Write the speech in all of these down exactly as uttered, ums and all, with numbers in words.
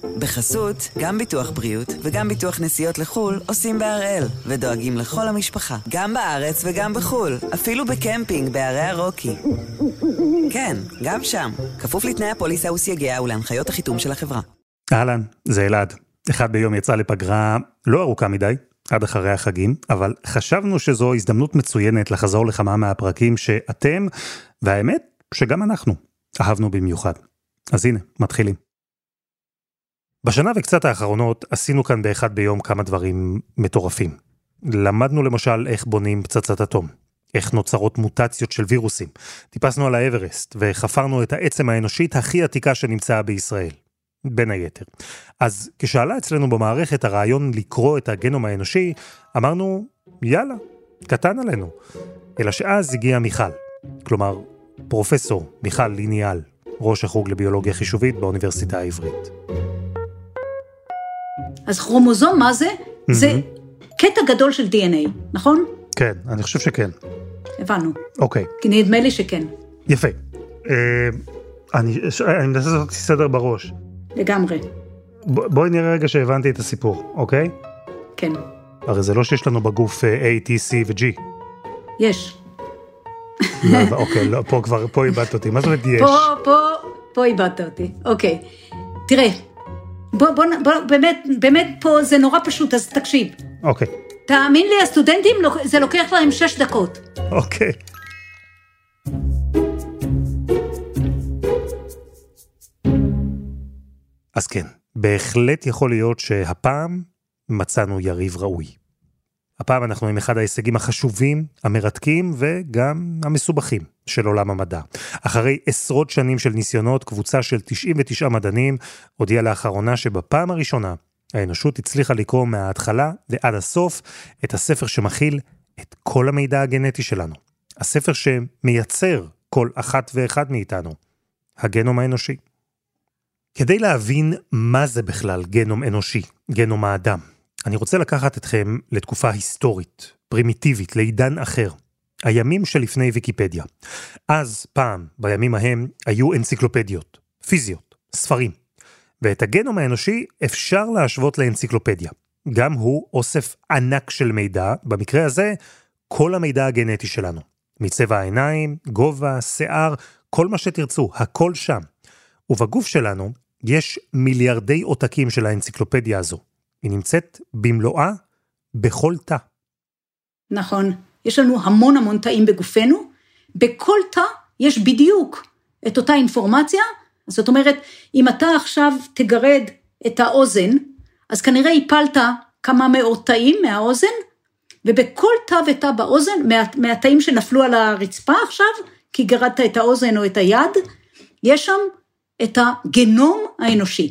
בחסות, גם ביטוח בריאות וגם ביטוח נסיעות לחול עושים בהראל, ודואגים לכל המשפחה, גם בארץ וגם בחול, אפילו בקמפינג בערי הרוקי. כן, גם שם, כפוף לתנאי הפוליסה וסייגיה ולהנחיות החיתום של החברה. אהלן, זה אלעד. אחד ביום יצא לפגרה לא ארוכה מדי, עד אחרי החגים, אבל חשבנו שזו הזדמנות מצוינת לחזור לכמה מהפרקים שאתם, והאמת שגם אנחנו, אהבנו במיוחד. אז הנה, מתחילים. בשנה וקצת האחרונות עשינו כאן באחד ביום כמה דברים מטורפים. למדנו למשל איך בונים פצצת אטום, איך נוצרות מוטציות של וירוסים. טיפסנו על האברסט וחפרנו את העצם האנושית הכי עתיקה שנמצאה בישראל, בין היתר. אז כשעלה אצלנו במערכת הרעיון לקרוא את הגנום האנושי, אמרנו, יאללה, קטן עלינו. אלא שאז הגיע מיכל, כלומר, פרופסור מיכל ליניאל, ראש החוג לביולוגיה חישובית באוניברסיטה העברית. אז כרומוזום, מה זה? Mm-hmm. זה קטע גדול של די אן איי, נכון? כן, אני חושב שכן. הבנו. אוקיי. כי נדמה לי שכן. יפה. אה, אני, אני מנסה לעשות סדר בראש. לגמרי. ב, בואי נראה רגע שהבנתי את הסיפור, אוקיי? כן. הרי זה לא שיש לנו בגוף A, T, C ו-G. יש. לא, אוקיי, לא, פה כבר, פה איבדת אותי. מה זאת אומרת יש? פה, פה, פה איבדת אותי. אוקיי. תראה. בוא, בוא, בוא, באמת, באמת פה זה נורא פשוט, אז תקשיב. אוקיי. תאמין לי, הסטודנטים, זה לוקח להם שש דקות. אוקיי. אז כן, בהחלט יכול להיות שהפעם מצאנו יריב ראוי. הפעם אנחנו עם אחד ההישגים החשובים, המרתקים וגם המסובכים של עולם המדע. אחרי עשרות שנים של ניסיונות, קבוצה של תשעים ותשעה מדענים הודיעה לאחרונה שבפעם הראשונה האנושות הצליחה לקרוא מההתחלה ועד הסוף את הספר שמכיל את כל המידע הגנטי שלנו. הספר שמייצר כל אחת ואחד מאיתנו, הגנום האנושי. כדי להבין מה זה בכלל גנום אנושי, גנום האדם, אני רוצה לקחת אתכם לתקופה היסטורית, פרימיטיבית, לעידן אחר. הימים שלפני ויקיפדיה. אז פעם, בימים ההם, היו אנציקלופדיות, פיזיות, ספרים. ואת הגנום האנושי אפשר להשוות לאנציקלופדיה. גם הוא אוסף ענק של מידע, במקרה הזה, כל המידע הגנטי שלנו. מצבע העיניים, גובה, שיער, כל מה שתרצו, הכל שם. ובגוף שלנו יש מיליארדי עותקים של האנציקלופדיה הזו. היא נמצאת במלואה בכל תא. נכון. יש לנו המון המון תאים בגופנו. בכל תא יש בדיוק את אותה אינפורמציה. זאת אומרת, אם אתה עכשיו תגרד את האוזן, אז כנראה הפלת כמה מאות תאים מהאוזן, ובכל תא ותא באוזן, מה, מהתאים שנפלו על הרצפה עכשיו, כי גרדת את האוזן או את היד, יש שם את הגנום האנושי.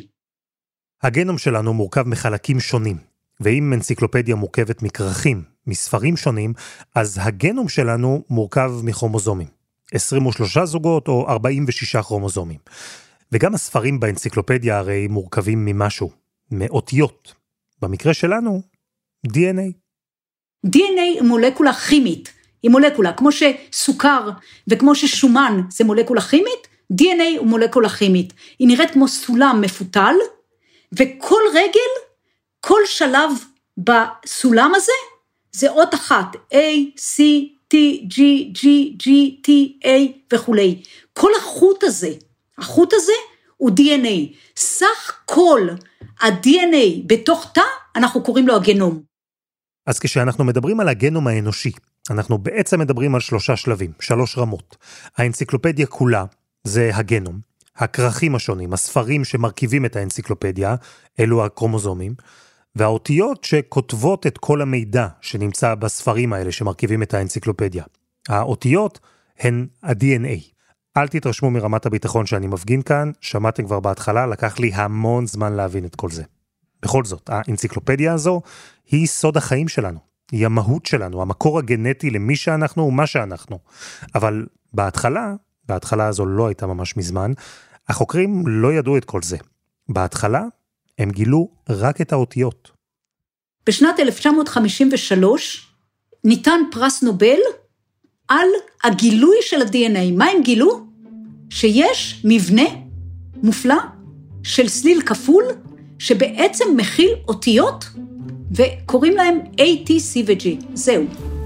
הגנום שלנו מורכב מחלקים שונים, ואם אנציקלופדיה מורכבת מכרכים, מספרים שונים, אז הגנום שלנו מורכב מכרומוזומים. עשרים ושלושה זוגות או ארבעים ושישה כרומוזומים. וגם הספרים באנציקלופדיה הרי מורכבים ממשהו, מאותיות. במקרה שלנו, די אן איי. די אן איי היא מולקולה כימית, היא מולקולה, כמו שסוכר וכמו ששומן זה מולקולה כימית, די אן איי הוא מולקולה כימית. היא נראית כמו סולם מפותל, וכל רגל, כל שלב בסולם הזה, זה אות אחת, A, C, T, G, G, G, T, A וכו'. כל החוט הזה, החוט הזה הוא די אן איי. סך כל ה-די אן איי בתוך תא, אנחנו קוראים לו הגנום. אז כשאנחנו מדברים על הגנום האנושי, אנחנו בעצם מדברים על שלושה שלבים, שלוש רמות. האנציקלופדיה כולה זה הגנום, הכרכים השונים, הספרים שמרכיבים את האנציקלופדיה, אלו הקרומוזומים, והאותיות שכותבות את כל המידע שנמצא בספרים האלה שמרכיבים את האנציקלופדיה. האותיות הן ה-די אן איי. אל תתרשמו מרמת הביטחון שאני מפגין כאן, שמעתם כבר בהתחלה, לקח לי המון זמן להבין את כל זה. בכל זאת, האנציקלופדיה הזו היא סוד החיים שלנו, היא המהות שלנו, המקור הגנטי למי שאנחנו ומה שאנחנו. אבל בהתחלה, בהתחלה הזו לא הייתה ממש מזמן, החוקרים לא ידעו את כל זה. בהתחלה הם גילו רק את האותיות. בשנת אלף תשע מאות חמישים ושלוש ניתן פרס נובל על הגילוי של ה-די אן איי. מה הם גילו? שיש מבנה מופלא של סליל כפול שבעצם מכיל אותיות, וקוראים להם A, T, C ו-G. זהו.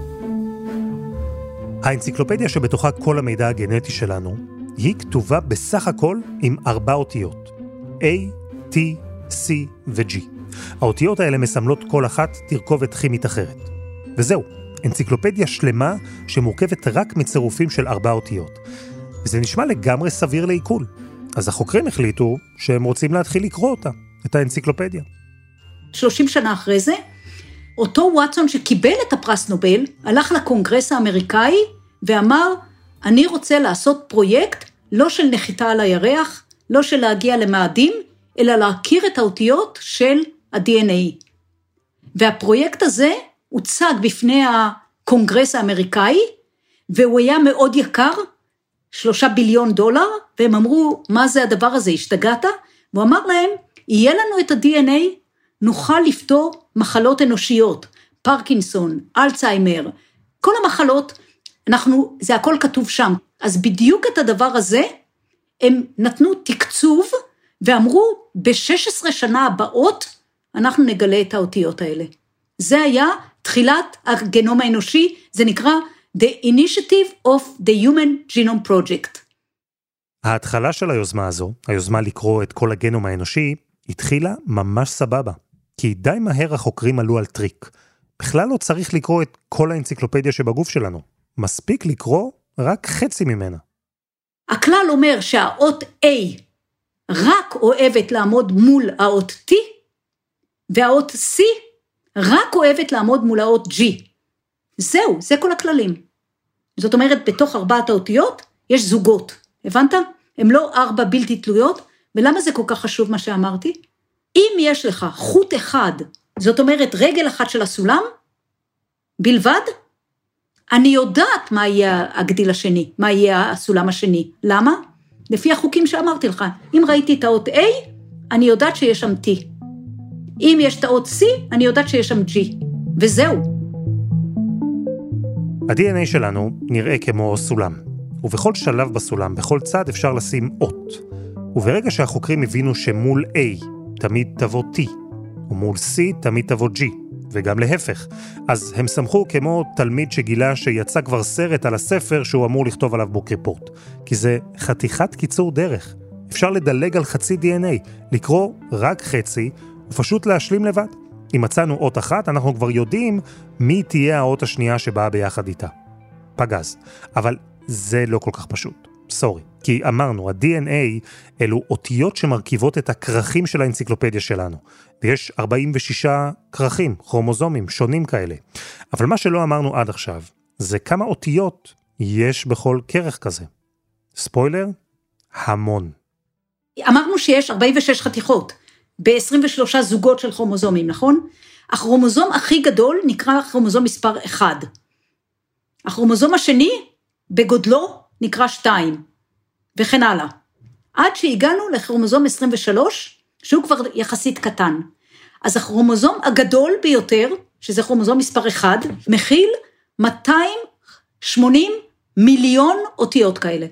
האנציקלופדיה שבתוכה כל המידע הגנטי שלנו, היא כתובה בסך הכל עם ארבע אותיות. A, T, C ו-G. האותיות האלה מסמלות כל אחת תרכובת כימית אחרת. וזהו, אנציקלופדיה שלמה שמורכבת רק מצירופים של ארבע אותיות. וזה נשמע לגמרי סביר לעיכול. אז החוקרים החליטו שהם רוצים להתחיל לקרוא אותה, את האנציקלופדיה. שלושים שנה אחרי זה, אותו וואטסון שקיבל את הפרס נובל, הלך לקונגרס האמריקאי ואמר, אני רוצה לעשות פרויקט לא של נחיתה על הירח, לא של להגיע למאדים, אלא להכיר את האותיות של ה-די אן איי. והפרויקט הזה הוצג בפני הקונגרס האמריקאי, והוא היה מאוד יקר, שלושה ביליון דולר, והם אמרו, מה זה הדבר הזה, השתגעת? והוא אמר להם, יהיה לנו את ה-די אן איי, נוכל לפתור מחלות אנושיות, פרקינסון, אלצהיימר, כל המחלות, אנחנו, זה הכל כתוב שם. אז בדיוק את הדבר הזה, הם נתנו תקצוב, ואמרו, ב-שש עשרה שנה הבאות, אנחנו נגלה את האותיות האלה. זה היה תחילת הגנום האנושי, זה נקרא The Initiative of the Human Genome Project. ההתחלה של היוזמה הזו, היוזמה לקרוא את כל הגנום האנושי, התחילה ממש סבבה. כי די מהר החוקרים עלו על טריק. בכלל לא צריך לקרוא את כל האנציקלופדיה שבגוף שלנו. מספיק לקרוא רק חצי ממנה. הכלל אומר שהאות A רק אוהבת לעמוד מול האות T, והאות C רק אוהבת לעמוד מול האות G. זהו, זה כל הכללים. זאת אומרת, בתוך ארבעת האותיות יש זוגות. הבנת? הם לא ארבע בלתי תלויות, ולמה זה כל כך חשוב מה שאמרתי? אם יש לך חוט אחד, זאת אומרת רגל אחת של הסולם, בלבד, אני יודעת מה יהיה הגדיל השני, מה יהיה הסולם השני. למה? לפי החוקים שאמרתי לך, אם ראיתי את האות A, אני יודעת שיש שם T. אם יש את האות C, אני יודעת שיש שם G. וזהו. ה-די אן איי שלנו נראה כמו סולם, ובכל שלב בסולם, בכל צד אפשר לשים אות. וברגע שהחוקרים הבינו שמול A תמיד תבוא T, ומול C תמיד תבוא G, וגם להפך. אז הם שמחו כמו תלמיד שגילה שיצא כבר סרט על הספר שהוא אמור לכתוב עליו בוק ריפורט. כי זה חתיכת קיצור דרך. אפשר לדלג על חצי די אן איי, לקרוא רק חצי, ופשוט להשלים לבד. אם מצאנו אות אחת, אנחנו כבר יודעים מי תהיה האות השנייה שבאה ביחד איתה. פגז. אבל זה לא כל כך פשוט. סורי. כי אמרנו, ה-די אן איי אלו אותיות שמרכיבות את הכרכים של האנציקלופדיה שלנו. ויש ארבעים ושישה כרכים, כרומוזומים, שונים כאלה. אבל מה שלא אמרנו עד עכשיו, זה כמה אותיות יש בכל כרך כזה. ספוילר? המון. אמרנו שיש ארבעים ושש חתיכות, ב-עשרים ושלושה זוגות של כרומוזומים, נכון? הכרומוזום הכי גדול נקרא כרומוזום מספר אחד. הכרומוזום השני, בגודלו, נקרא שתיים, וכן הלאה. עד שהגענו לכרומוזום עשרים ושלוש, שהוא כבר יחסית קטן. אז הכרומוזום הגדול ביותר, שזה כרומוזום מספר אחד, מכיל מאתיים ושמונים מיליון אותיות כאלה.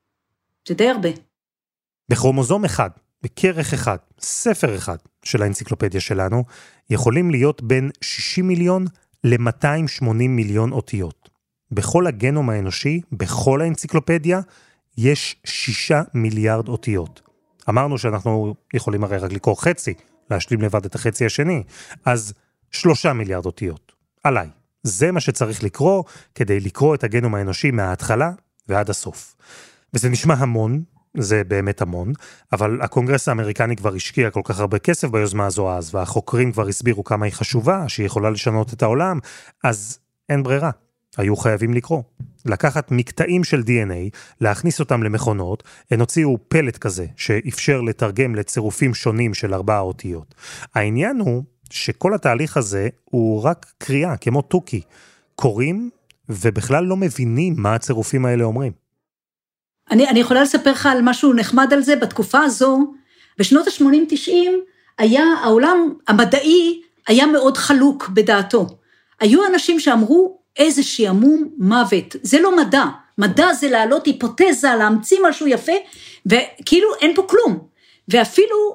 זה די הרבה. בכרומוזום אחד, בכרך אחד, ספר אחד של האנציקלופדיה שלנו, יכולים להיות בין שישים מיליון ל-מאתיים ושמונים מיליון אותיות. בכל הגנום האנושי, בכל האנציקלופדיה, יש שישה מיליארד אותיות. אמרנו שאנחנו יכולים הרי רק לקרוא חצי, להשלים לבד את החצי השני, אז שלושה מיליארד אותיות. עליי. זה מה שצריך לקרוא, כדי לקרוא את הגנום האנושי מההתחלה ועד הסוף. וזה נשמע המון, זה באמת המון, אבל הקונגרס האמריקני כבר השקיע כל כך הרבה כסף ביוזמה הזו אז, והחוקרים כבר הסבירו כמה היא חשובה, שהיא יכולה לשנות את העולם, אז אין ברירה. היו חייבים לקרוא. לקחת מקטעים של די אן איי, להכניס אותם למכונות, הן הוציאו פלט כזה, שאפשר לתרגם לצירופים שונים של ארבע אותיות. העניין הוא שכל התהליך הזה הוא רק קריאה, כמו טוקי. קוראים ובכלל לא מבינים מה הצירופים האלה אומרים. אני, אני יכולה לספר לך על משהו נחמד על זה. בתקופה הזו, בשנות ה-שמונים תשעים, היה העולם המדעי היה מאוד חלוק בדעתו. היו אנשים שאמרו, איזה שעמום מוות, זה לא מדע, מדע זה להעלות היפותזה, להמציא משהו יפה, וכאילו אין פה כלום, ואפילו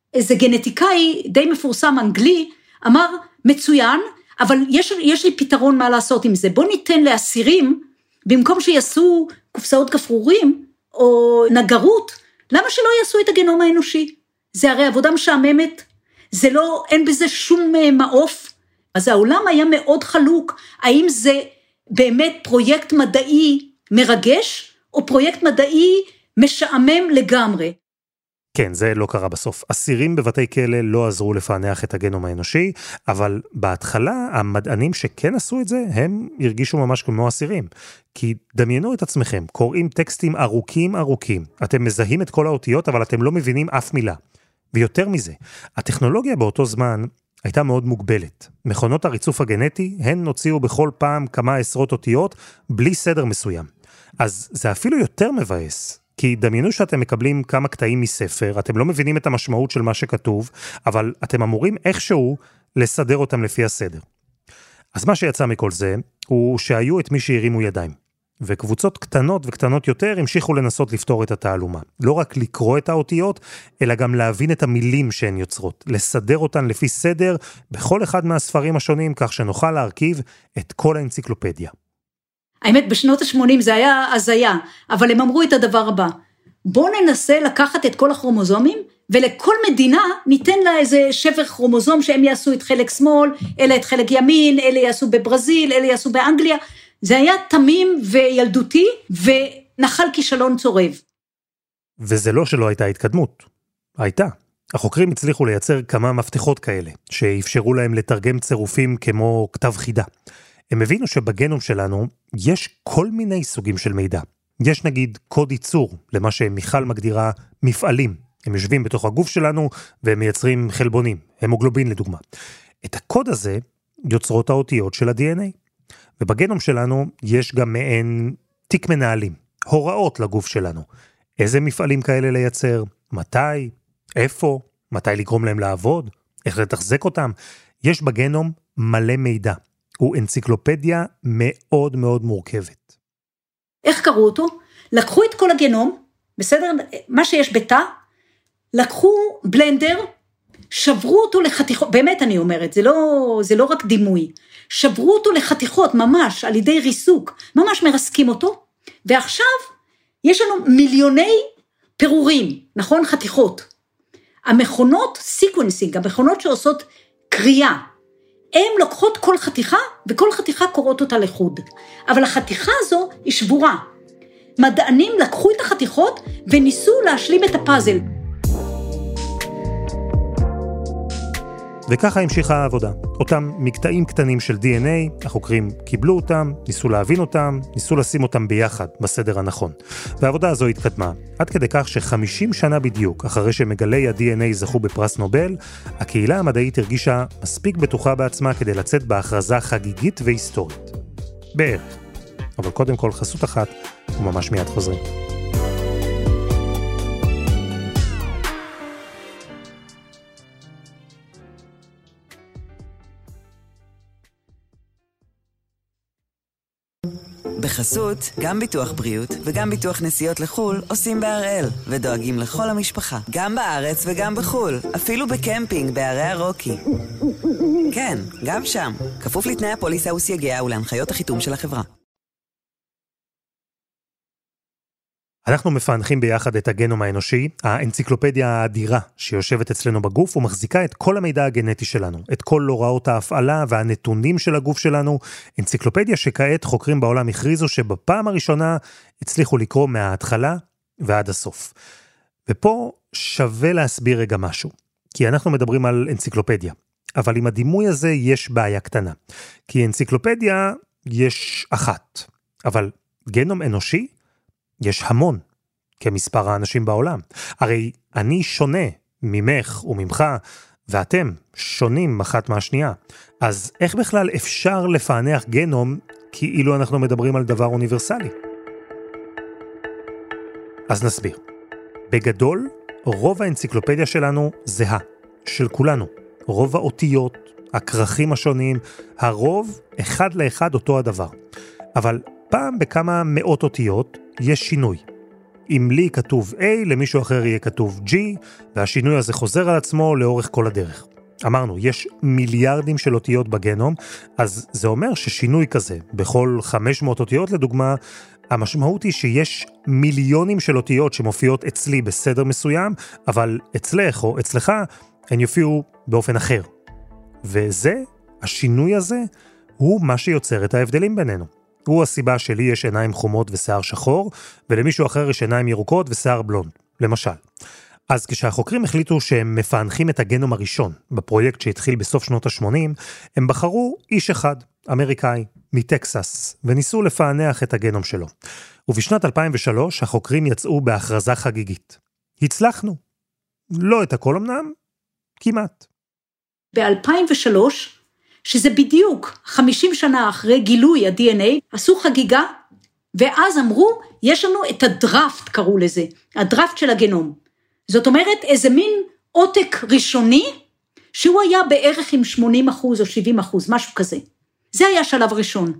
איזה גנטיקאי די מפורסם אנגלי, אמר, מצוין, אבל יש, יש לי פתרון מה לעשות עם זה. בוא ניתן לאסירים, במקום שיעשו קופסאות גפרורים, או נגרות, למה שלא יעשו את הגנום האנושי? זה הרי עבודה משעממת, זה לא, אין בזה שום מעוף, אז העולם היה מאוד חלוק, האם זה באמת פרויקט מדעי מרגש, או פרויקט מדעי משעמם לגמרי. כן, זה לא קרה בסוף. אסירים בבתי כלא לא עזרו לפענח את הגנום האנושי, אבל בהתחלה המדענים שכן עשו את זה, הם הרגישו ממש כמו אסירים. כי דמיינו את עצמכם, קוראים טקסטים ארוכים ארוכים, אתם מזהים את כל האותיות, אבל אתם לא מבינים אף מילה. ויותר מזה, הטכנולוגיה באותו זמן הייתה מאוד מוגבלת. מכונות הריצוף הגנטי, הן הוציאו בכל פעם כמה עשרות אותיות, בלי סדר מסוים. אז זה אפילו יותר מבאס, כי דמיינו שאתם מקבלים כמה קטעים מספר, אתם לא מבינים את המשמעות של מה שכתוב, אבל אתם אמורים איכשהו לסדר אותם לפי הסדר. אז מה שיצא מכל זה, הוא שהיו את מי שהרימו ידיים. וקבוצות קטנות וקטנות יותר המשיכו לנסות לפתור את התעלומה. לא רק לקרוא את האותיות, אלא גם להבין את המילים שהן יוצרות, לסדר אותן לפי סדר בכל אחד מהספרים השונים, כך שנוכל להרכיב את כל האנציקלופדיה. האמת, בשנות ה-שמונים זה היה הזיה, אבל הם אמרו את הדבר הבא, בוא ננסה לקחת את כל הכרומוזומים, ולכל מדינה ניתן לה איזה שבר כרומוזום, שהם יעשו את חלק שמאל, אלה את חלק ימין, אלה יעשו בברזיל, אלה יעשו באנגליה, זה היה תמים וילדותי, ונחל כישלון צורב. וזה לא שלא הייתה התקדמות, הייתה. החוקרים הצליחו לייצר כמה מפתחות כאלה, שאפשרו להם לתרגם צירופים כמו כתב חידה. הם הבינו שבגנום שלנו יש כל מיני סוגים של מידע. יש נגיד קוד ייצור, למה שמיכל מגדירה מפעלים. הם יושבים בתוך הגוף שלנו והם מייצרים חלבונים, המוגלובין לדוגמה. את הקוד הזה יוצרות האותיות של ה-די אן איי. ובגנום שלנו יש גם מעין תיק מנהלים, הוראות לגוף שלנו. איזה מפעלים כאלה לייצר, מתי, איפה, מתי לגרום להם לעבוד, איך לתחזק אותם. יש בגנום מלא מידע. הוא אנציקלופדיה מאוד מאוד מורכבת. איך קראו אותו? לקחו את כל הגנום, בסדר, מה שיש בתא, לקחו בלנדר, שברו אותו לחתיכות, באמת אני אומרת, זה לא, זה לא רק דימוי, שברו אותו לחתיכות ממש על ידי ריסוק, ממש מרסקים אותו, ועכשיו יש לנו מיליוני פירורים, נכון? חתיכות. המכונות סיקוונסינג, המכונות שעושות קריאה, הן לוקחות כל חתיכה, וכל חתיכה קוראות אותה לחוד. אבל החתיכה הזו היא שבורה. מדענים לקחו את החתיכות וניסו להשלים את הפאזל. וככה המשיכה העבודה. אותם מקטעים קטנים של די אן איי, החוקרים קיבלו אותם, ניסו להבין אותם, ניסו לשים אותם ביחד בסדר הנכון. והעבודה הזו התקדמה, עד כדי כך שחמישים שנה בדיוק, אחרי שמגלי ה-די אן איי זכו בפרס נובל, הקהילה המדעית הרגישה מספיק בטוחה בעצמה כדי לצאת בהכרזה חגיגית והיסטורית. בערך. אבל קודם כל חסות אחת, וממש מיד חוזרים. בחסות, גם ביטוח בריאות וגם ביטוח נסיעות לחול עושים בהראל, ודואגים לכל המשפחה, גם בארץ וגם בחול, אפילו בקמפינג בערי הרוקי. כן, גם שם, כפוף לתנאי הפוליסה וסייגיה ולהנחיות החיתום של החברה. אנחנו מפענחים ביחד את הגנום האנושי, האנציקלופדיה האדירה שיושבת אצלנו בגוף ומחזיקה את כל המידע הגנטי שלנו, את כל הוראות ההפעלה והנתונים של הגוף שלנו, אנציקלופדיה שכעת חוקרים בעולם הכריזו שבפעם הראשונה הצליחו לקרוא מההתחלה ועד הסוף. ופה שווה להסביר רגע משהו, כי אנחנו מדברים על אנציקלופדיה, אבל עם הדימוי הזה יש בעיה קטנה, כי אנציקלופדיה יש אחת, אבל גנום אנושי יש המון, כמספר האנשים בעולם. הרי אני שונה ממך וממך, ואתם שונים אחת מהשנייה. אז איך בכלל אפשר לפענח גנום, כאילו אנחנו מדברים על דבר אוניברסלי? אז נסביר. בגדול, רוב האנציקלופדיה שלנו זהה, של כולנו. רוב האותיות, הכרכים השונים, הרוב אחד לאחד אותו הדבר. אבל פעם בכמה מאות אותיות יש שינוי. אם לי כתוב A, למישהו אחר יהיה כתוב G, והשינוי הזה חוזר על עצמו לאורך כל הדרך. אמרנו, יש מיליארדים של אותיות בגנום, אז זה אומר ששינוי כזה, בכל חמש מאות אותיות לדוגמה, המשמעות היא שיש מיליונים של אותיות שמופיעות אצלי בסדר מסוים, אבל אצלך או אצלך הן יופיעו באופן אחר. וזה, השינוי הזה, הוא מה שיוצר את ההבדלים בינינו. הוא הסיבה שלי יש עיניים חומות ושיער שחור, ולמישהו אחר יש עיניים ירוקות ושיער בלונד, למשל. אז כשהחוקרים החליטו שהם מפענחים את הגנום הראשון, בפרויקט שהתחיל בסוף שנות ה-שמונים, הם בחרו איש אחד, אמריקאי, מטקסס, וניסו לפענח את הגנום שלו. ובשנת אלפיים ושלוש החוקרים יצאו בהכרזה חגיגית. הצלחנו. לא את הכל אמנם, כמעט. ב-אלפיים ושלוש, שזה בדיוק חמישים שנה אחרי גילוי ה-די אן איי, עשו חגיגה, ואז אמרו, יש לנו את הדרפט, קראו לזה, הדרפט של הגנום. זאת אומרת, איזה מין עותק ראשוני, שהוא היה בערך עם שמונים אחוז או שבעים אחוז, משהו כזה. זה היה שלב ראשון.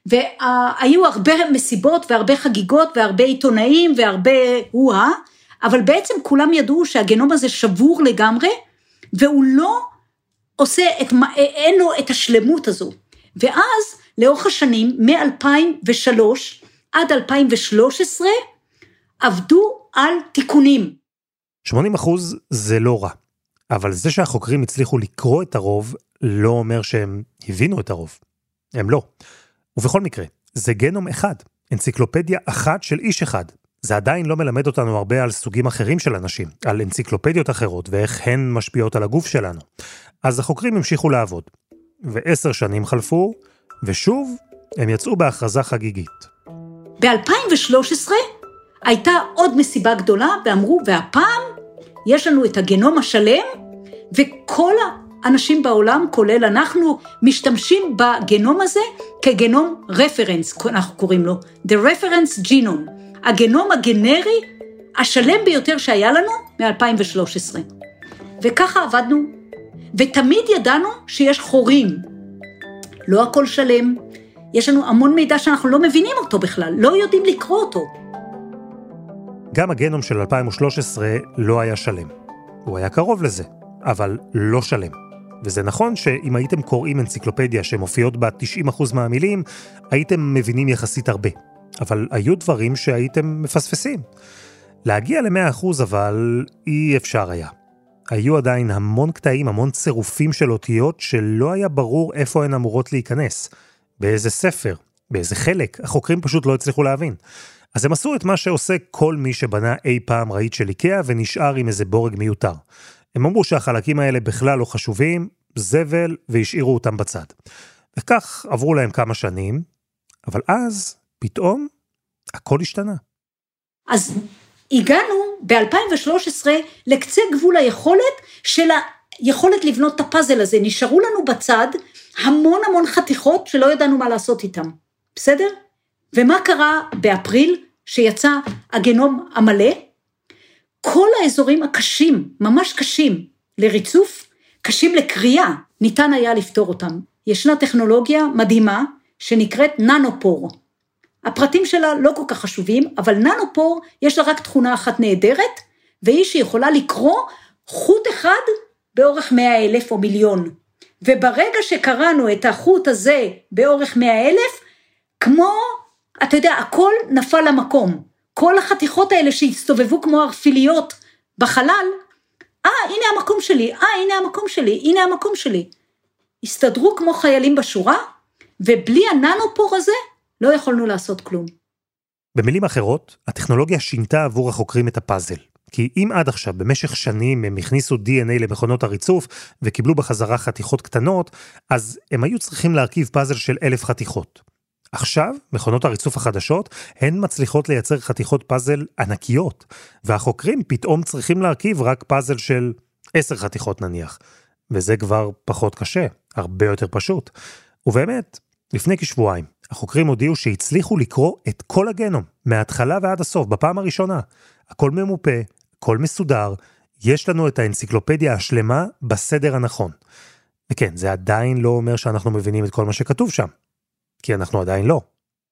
והיו הרבה מסיבות והרבה חגיגות והרבה עיתונאים והרבה הואה, אבל בעצם כולם ידעו שהגנום הזה שבור לגמרי, והוא לא עושה את, אין לו את השלמות הזו. ואז, לאורך השנים, מ-אלפיים ושלוש עד אלפיים ושלוש עשרה, עבדו על תיקונים. שמונים אחוז זה לא רע, אבל זה שהחוקרים הצליחו לקרוא את הרוב, לא אומר שהם הבינו את הרוב. הם לא. ובכל מקרה, זה גנום אחד, אנציקלופדיה אחת של איש אחד. זה עדיין לא מלמד אותנו הרבה על סוגים אחרים של אנשים, על אנציקלופדיות אחרות ואיך הן משפיעות על הגוף שלנו. אז החוקרים המשיכו לעבוד, ועשר שנים חלפו, ושוב הם יצאו בהכרזה חגיגית. ב-אלפיים ושלוש עשרה הייתה עוד מסיבה גדולה, ואמרו, והפעם יש לנו את הגנום השלם, וכל האנשים בעולם, כולל אנחנו, משתמשים בגנום הזה כגנום רפרנס, אנחנו קוראים לו, the reference genome, הגנום הגנרי השלם ביותר שהיה לנו מ-אלפיים ושלוש עשרה. וככה עבדנו, ותמיד ידענו שיש חורים. לא הכל שלם, יש לנו המון מידע שאנחנו לא מבינים אותו בכלל, לא יודעים לקרוא אותו. גם הגנום של אלפיים ושלוש עשרה לא היה שלם. הוא היה קרוב לזה, אבל לא שלם. וזה נכון שאם הייתם קוראים אנציקלופדיה שמופיעות בה תשעים אחוז מהמילים, הייתם מבינים יחסית הרבה. אבל היו דברים שהייתם מפספסים. להגיע ל-מאה אחוז אבל אי אפשר היה. היו עדיין המון קטעים, המון צירופים של אותיות שלא היה ברור איפה הן אמורות להיכנס. באיזה ספר, באיזה חלק, החוקרים פשוט לא הצליחו להבין. אז הם עשו את מה שעושה כל מי שבנה אי פעם רהיט של איקאה ונשאר עם איזה בורג מיותר. הם אמרו שהחלקים האלה בכלל לא חשובים, זבל, והשאירו אותם בצד. וכך עברו להם כמה שנים, אבל אז, פתאום, הכל השתנה. אז הגענו ב-אלפיים ושלוש עשרה לקצה גבול היכולת של היכולת לבנות את הפאזל הזה. נשארו לנו בצד המון המון חתיכות שלא ידענו מה לעשות איתם. בסדר? ומה קרה באפריל שיצא הגנום המלא? כל האזורים הקשים, ממש קשים לריצוף, קשים לקריאה, ניתן היה לפתור אותם. ישנה טכנולוגיה מדהימה שנקראת ננופור. הפרטים שלה לא כל כך חשובים, אבל ננופור יש לה רק תכונה אחת נהדרת, והיא שיכולה לקרוא חוט אחד באורך מאה אלף או מיליון. וברגע שקראנו את החוט הזה באורך מאה אלף, כמו, אתה יודע, הכל נפל למקום. כל החתיכות האלה שהצטובבו כמו ערפיליות בחלל, אה, הנה המקום שלי, אה, הנה המקום שלי, הנה המקום שלי. הסתדרו כמו חיילים בשורה, ובלי הננופור הזה לא יכולנו לעשות כלום. במילים אחרות, הטכנולוגיה שינתה עבור החוקרים את הפאזל. כי אם עד עכשיו, במשך שנים, הם הכניסו די אן איי למכונות הריצוף, וקיבלו בחזרה חתיכות קטנות, אז הם היו צריכים להרכיב פאזל של אלף חתיכות. עכשיו, מכונות הריצוף החדשות, הן מצליחות לייצר חתיכות פאזל ענקיות, והחוקרים פתאום צריכים להרכיב רק פאזל של עשר חתיכות נניח. וזה כבר פחות קשה, הרבה יותר פשוט. ובאמת, לפני כשבועיים, החוקרים הודיעו שהצליחו לקרוא את כל הגנום, מההתחלה ועד הסוף, בפעם הראשונה. הכל ממופה, הכל מסודר, יש לנו את האנציקלופדיה השלמה בסדר הנכון. וכן, זה עדיין לא אומר שאנחנו מבינים את כל מה שכתוב שם. כי אנחנו עדיין לא.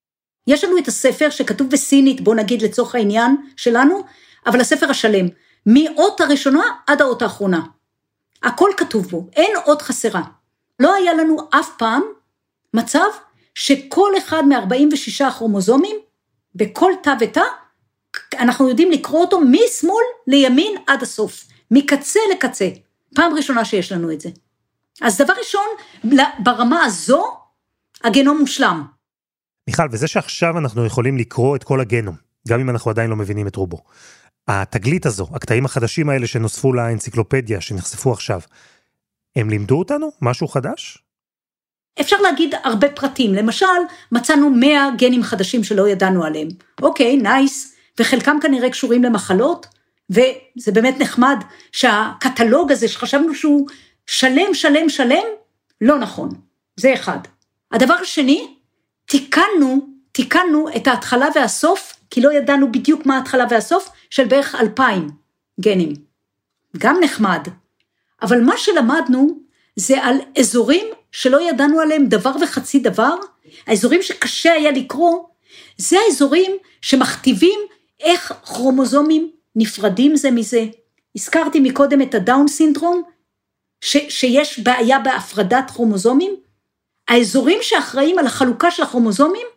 יש לנו את הספר שכתוב בסינית, בוא נגיד לצורך העניין שלנו, אבל הספר השלם, מאות הראשונה עד האות האחרונה. הכל כתוב בו, אין עוד חסרה. לא היה לנו אף פעם מצב שכל אחד מ-ארבעים ושישה הכרומוזומים, בכל תא ותא, אנחנו יודעים לקרוא אותו משמאל לימין עד הסוף, מקצה לקצה. פעם ראשונה שיש לנו את זה. אז דבר ראשון, ברמה הזו, הגנום מושלם. מיכל, וזה שעכשיו אנחנו יכולים לקרוא את כל הגנום, גם אם אנחנו עדיין לא מבינים את רובו. התגלית הזו, הקטעים החדשים האלה שנוספו לאנציקלופדיה, שנחשפו עכשיו, הם לימדו אותנו משהו חדש? אפשר להגיד הרבה פרטים. למשל, מצאנו מאה גנים חדשים שלא ידענו עליהם. אוקיי, נייס, וחלקם כנראה קשורים למחלות, וזה באמת נחמד שהקטלוג הזה שחשבנו שהוא שלם, שלם, שלם, לא נכון. זה אחד. הדבר השני, תיקנו, תיקנו את ההתחלה והסוף, כי לא ידענו בדיוק מה ההתחלה והסוף, של בערך אלפיים גנים. גם נחמד. אבל מה שלמדנו, זה על אזורים שלא ידענו עליהם דבר וחצי דבר, האזורים שקשה היה לקרוא, זה האזורים שמכתיבים איך כרומוזומים נפרדים זה מזה. הזכרתי מקודם את הדאון סינדרום, ש, שיש בעיה בהפרדת כרומוזומים, האזורים שאחראים על החלוקה של הכרומוזומים,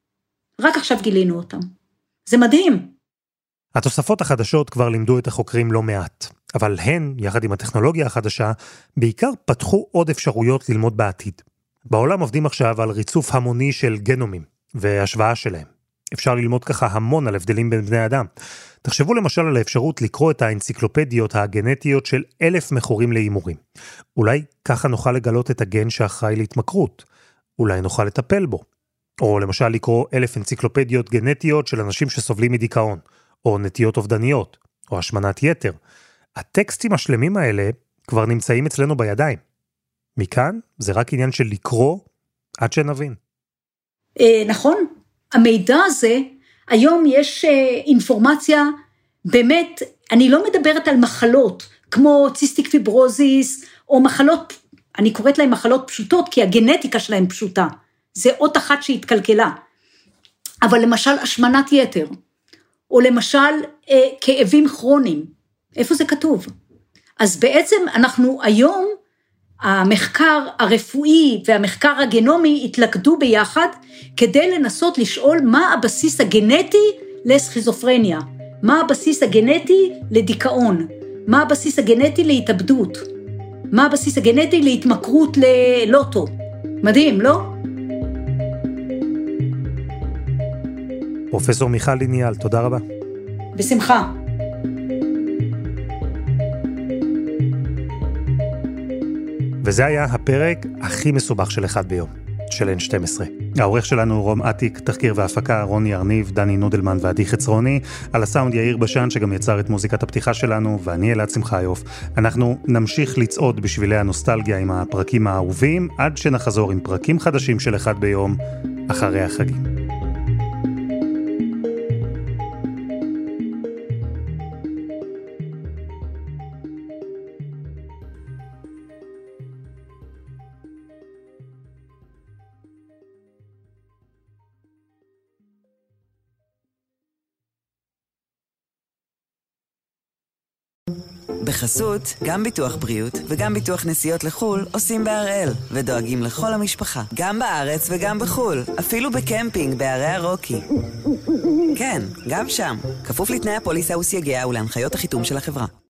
רק עכשיו גילינו אותם. זה מדהים. התוספות החדשות כבר לימדו את החוקרים לא מעט, אבל הן, יחד עם הטכנולוגיה החדשה, בעיקר פתחו עוד אפשרויות ללמוד בעתיד. בעולם עובדים עכשיו על ריצוף המוני של גנומים, והשוואה שלהם. אפשר ללמוד ככה המון על הבדלים בין בני אדם. תחשבו למשל על האפשרות לקרוא את האנציקלופדיות הגנטיות של אלף מכורים לאימורים. אולי ככה נוכל לגלות את הגן שאחראי להתמכרות. אולי נוכל לטפל בו. או למשל לקרוא אלף אנציקלופדיות גנטיות של אנשים שסובלים מדיכאון, או נטיות אובדניות, או השמנת יתר. הטקסטים השלמים האלה כבר נמצאים אצלנו בידיים. מכאן זה רק עניין של לקרוא עד שנבין. נכון, המידע הזה, היום יש אינפורמציה, באמת, אני לא מדברת על מחלות, כמו ציסטיק פיברוזיס, או מחלות, אני קוראת להם מחלות פשוטות, כי הגנטיקה שלהם פשוטה. זה עוד אחת שהתקלקלה. אבל למשל, השמנת יתר, או למשל, אה, כאבים כרוניים. איפה זה כתוב? אז בעצם אנחנו היום, המחקר הרפואי והמחקר הגנומי התלכדו ביחד, כדי לנסות לשאול מה הבסיס הגנטי לסכיזופרניה, מה הבסיס הגנטי לדיכאון, מה הבסיס הגנטי להתאבדות, מה הבסיס הגנטי להתמכרות ללוטו. מדהים, לא? פרופסור מיכל ליניאל, תודה רבה. בשמחה. וזה היה הפרק הכי מסובך של אחד ביום, של אן שתים עשרה. העורך שלנו הוא רום עתיק, תחקיר והפקה רוני ארניב, דני נודלמן ועדי חצרוני, על הסאונד יאיר בשן שגם יצר את מוזיקת הפתיחה שלנו, ואני אלעד שמחיוף. אנחנו נמשיך לצעוד בשבילי הנוסטלגיה עם הפרקים האהובים, עד שנחזור עם פרקים חדשים של אחד ביום, אחרי החגים. בחסות, גם ביטוח בריאות וגם ביטוח נסיעות לחול עושים בהראל ודואגים לכל המשפחה, גם בארץ וגם בחול, אפילו בקמפינג בערי הרוקי. כן, גם שם, כפוף לתנאי הפוליסה וסייגיה ולהנחיות החיתום של החברה.